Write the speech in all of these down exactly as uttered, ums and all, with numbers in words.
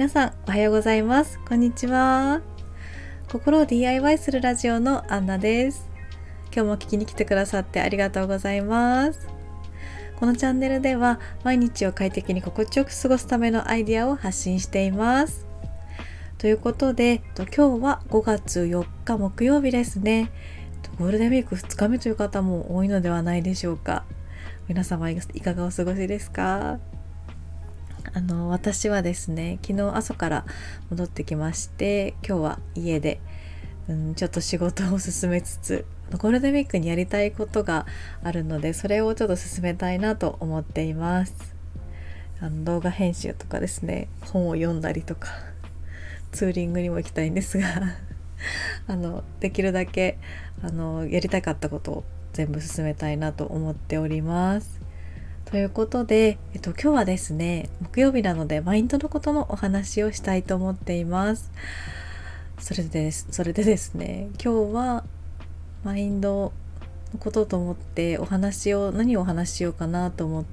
皆さんおはようございます。こんにちは。心を ディーアイワイ するラジオのアンナです。今日も聞きに来てくださってありがとうございます。このチャンネルでは毎日を快適に心地よく過ごすためのアイデアを発信しています。ということで今日はごがつよっか木曜日ですね。ゴールデンウィークふつかめという方も多いのではないでしょうか。皆様いかがお過ごしですか？あの私はですね、昨日朝から戻ってきまして、今日は家で、うん、ちょっと仕事を進めつつ、ゴールデンウィークにやりたいことがあるので、それをちょっと進めたいなと思っています。あの動画編集とかですね、本を読んだりとか、ツーリングにも行きたいんですがあのできるだけあのやりたかったことを全部進めたいなと思っております。ということで、えっと、今日はですね、木曜日なのでマインドのことのお話をしたいと思っています。それでです、それでですね、今日はマインドのことと思ってお話を、何をお話ししようかなと思って、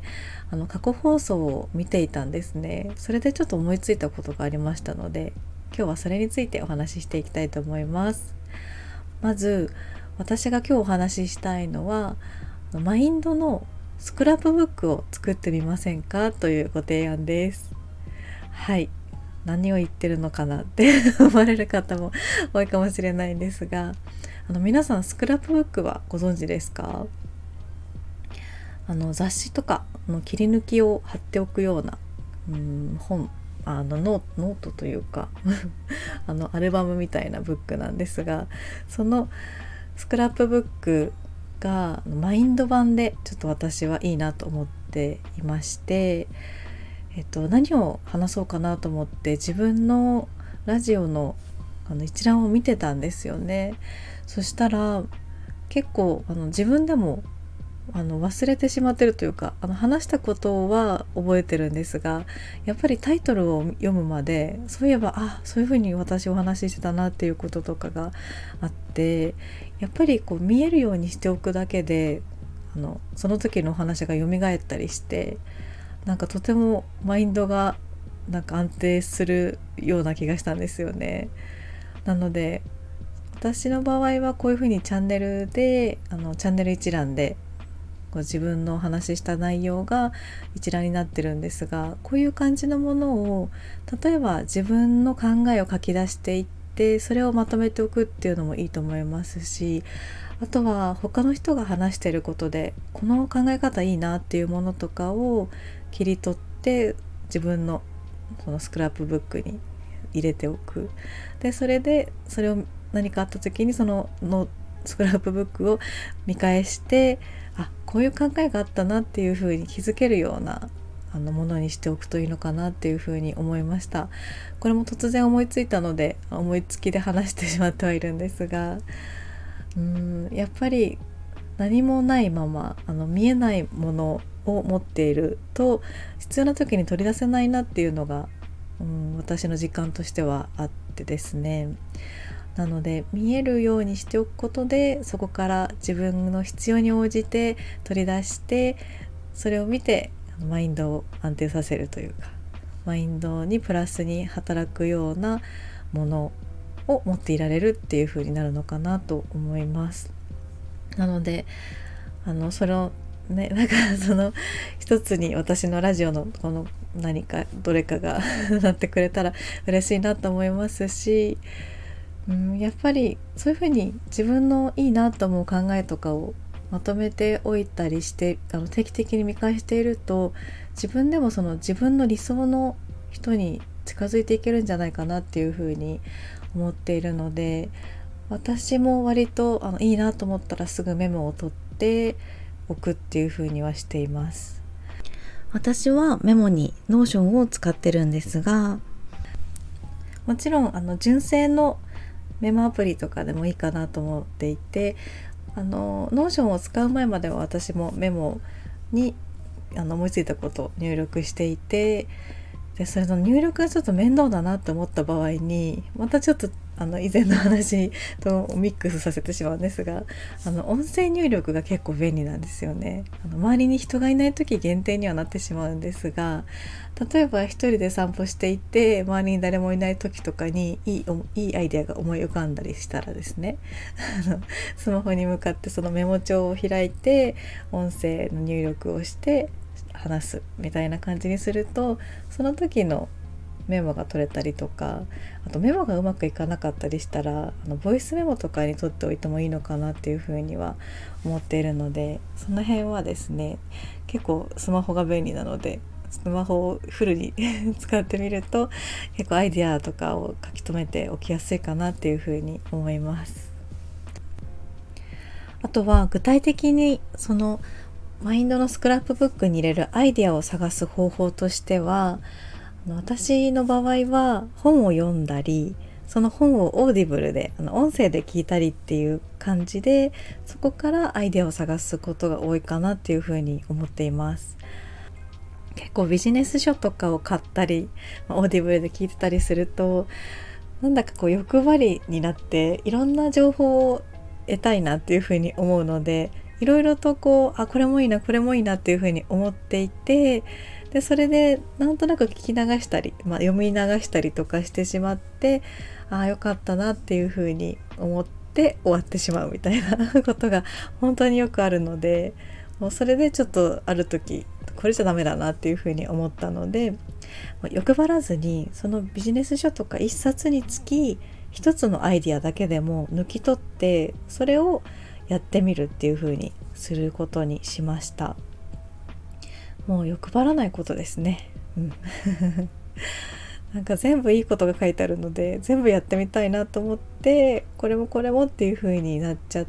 あの過去放送を見ていたんですね。それでちょっと思いついたことがありましたので、今日はそれについてお話ししていきたいと思います。まず、私が今日お話ししたいのは、マインドのスクラップブックを作ってみませんかというご提案です。はい、何を言ってるのかなって思われる方も多いかもしれないんですが、あの皆さんスクラップブックはご存知ですか？あの雑誌とかの切り抜きを貼っておくような、うん、本あの ノ, ノートというかあのアルバムみたいなブックなんですが、そのスクラップブックがマインド版でちょっと私はいいなと思っていまして、えっと、何を話そうかなと思って自分のラジオの、あの一覧を見てたんですよね。そしたら結構あの自分でもあの忘れてしまってるというか、あの話したことは覚えてるんですが、やっぱりタイトルを読むまで、そういえばあそういうふうに私お話ししてたなっていうこととかがあって、やっぱりこう見えるようにしておくだけで、あのその時のお話が蘇ったりして、なんかとてもマインドがなんか安定するような気がしたんですよね。なので私の場合はこういうふうにチャンネルであのチャンネル一覧でこう自分のお話しした内容が一覧になってるんですが、こういう感じのものを例えば自分の考えを書き出していって、それをまとめておくっていうのもいいと思いますし、あとは他の人が話していることでこの考え方いいなっていうものとかを切り取って自分のそのスクラップブックに入れておく。でそれでそれを何かあった時にそののスクラップブックを見返して、あこういう考えがあったなっていうふうに気づけるようなあのものにしておくといいのかなっていうふうに思いました。これも突然思いついたので思いつきで話してしまってはいるんですが、うーんやっぱり何もないままあの見えないものを持っていると必要な時に取り出せないなっていうのが、うん、私の実感としてはあってですね。なので見えるようにしておくことで、そこから自分の必要に応じて取り出して、それを見てマインドを安定させるというか、マインドにプラスに働くようなものを持っていられるっていう風になるのかなと思います。なのであのそのね、なんかその一つに私のラジオのこの何かどれかがなってくれたら嬉しいなと思いますし、うん、やっぱりそういうふうに自分のいいなと思う考えとかをまとめておいたりして、あの定期的に見返していると、自分でもその自分の理想の人に近づいていけるんじゃないかなっていうふうに思っているので、私も割とあのいいなと思ったらすぐメモを取っておくっていうふうにはしています。私はメモにノーションを使ってるんですが、もちろんあの純正のメモアプリとかでもいいかなと思っていて、あのノーションを使う前までは私もメモにあの思いついたことを入力していて、でそれの入力がちょっと面倒だなと思った場合にまたちょっとあの以前の話とミックスさせてしまうんですが、あの音声入力が結構便利なんですよね。あの周りに人がいない時限定にはなってしまうんですが、例えば一人で散歩していて周りに誰もいない時とかにいい、いいアイデアが思い浮かんだりしたらですねあのスマホに向かってそのメモ帳を開いて音声の入力をして話すみたいな感じにすると、その時のメモが取れたりとか、あとメモがうまくいかなかったりしたらあのボイスメモとかに取っておいてもいいのかなっていうふうには思っているので、その辺はですね結構スマホが便利なのでスマホをフルに使ってみると結構アイデアとかを書き留めておきやすいかなっていうふうに思います。あとは具体的にそのマインドのスクラップブックに入れるアイデアを探す方法としては、私の場合は本を読んだり、その本をオーディブルであの音声で聞いたりっていう感じで、そこからアイデアを探すことが多いかなっていうふうに思っています。結構ビジネス書とかを買ったりオーディブルで聞いてたりすると、なんだかこう欲張りになっていろんな情報を得たいなっていうふうに思うので、いろいろとこうあこれもいいなこれもいいなっていうふうに思っていて、でそれでなんとなく聞き流したり、まあ、読み流したりとかしてしまって、ああよかったなっていうふうに思って終わってしまうみたいなことが本当によくあるので、もうそれでちょっとある時これじゃダメだなっていうふうに思ったので、欲張らずにそのビジネス書とか一冊につき一つのアイディアだけでも抜き取ってそれをやってみるっていう風にすることにしました。もう欲張らないことですね、うん、なんか全部いいことが書いてあるので全部やってみたいなと思ってこれもこれもっていう風になっちゃって、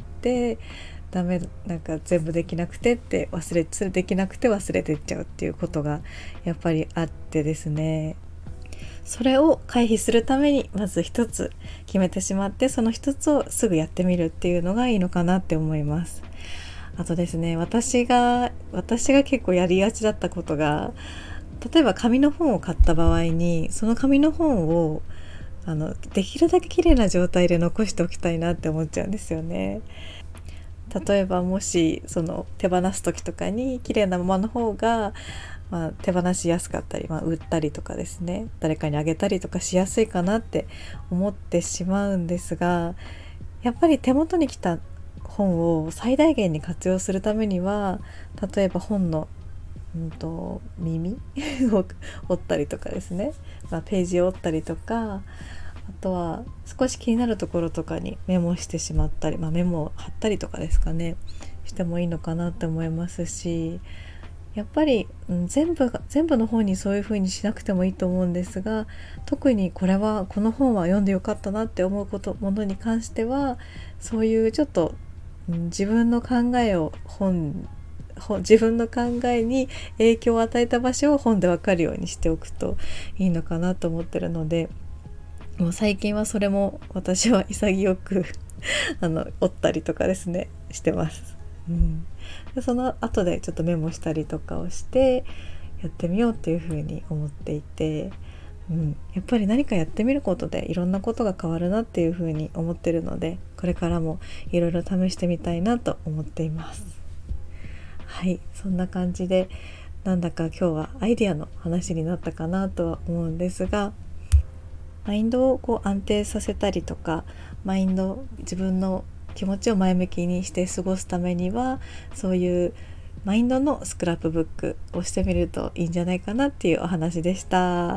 ダメなんか全部できなくてって忘れそれできなくて忘れてっちゃうっていうことがやっぱりあってですね、それを回避するためにまず一つ決めてしまって、その一つをすぐやってみるっていうのがいいのかなって思います。あとですね、私が私が結構やりがちだったことが、例えば紙の本を買った場合にその紙の本をあのできるだけ綺麗な状態で残しておきたいなって思っちゃうんですよね。例えばもしその手放す時とかに綺麗なままの方が、まあ、手放しやすかったり、まあ、売ったりとかですね、誰かにあげたりとかしやすいかなって思ってしまうんですが、やっぱり手元に来た本を最大限に活用するためには、例えば本の、うんと、耳を折ったりとかですね、まあ、ページを折ったりとか、あとは少し気になるところとかにメモしてしまったり、まあ、メモを貼ったりとかですかねしてもいいのかなって思いますし、やっぱり、うん、全部が全部の本にそういう風にしなくてもいいと思うんですが、特にこれはこの本は読んでよかったなって思うことものに関しては、そういうちょっと、うん、自分の考えを本自分の考えに影響を与えた場所を本で分かるようにしておくといいのかなと思ってるので、もう最近はそれも私は潔くあの折ったりとかですねしてます、うん、でその後でちょっとメモしたりとかをしてやってみようっていうふうに思っていて、うん、やっぱり何かやってみることでいろんなことが変わるなっていうふうに思ってるので、これからもいろいろ試してみたいなと思っています。はい、そんな感じでなんだか今日はアイデアの話になったかなとは思うんですが、マインドをこう安定させたりとか、マインド自分の気持ちを前向きにして過ごすためには、そういうマインドのスクラップブックをしてみるといいんじゃないかなっていうお話でした。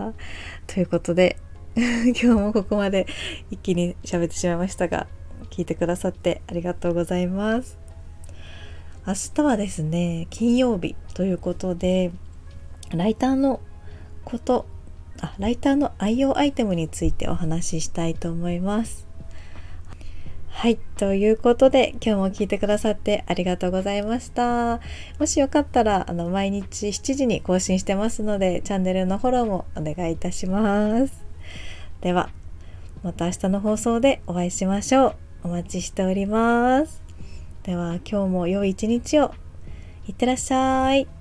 ということで今日もここまで一気に喋ってしまいましたが、聞いてくださってありがとうございます。明日はですね、金曜日ということで、ライターのことあライターの愛用アイテムについてお話ししたいと思います。はい、ということで今日も聞いてくださってありがとうございました。もしよかったらあの毎日しちじに更新してますので、チャンネルのフォローもお願いいたします。ではまた明日の放送でお会いしましょう。お待ちしております。では今日も良い一日を。いってらっしゃい。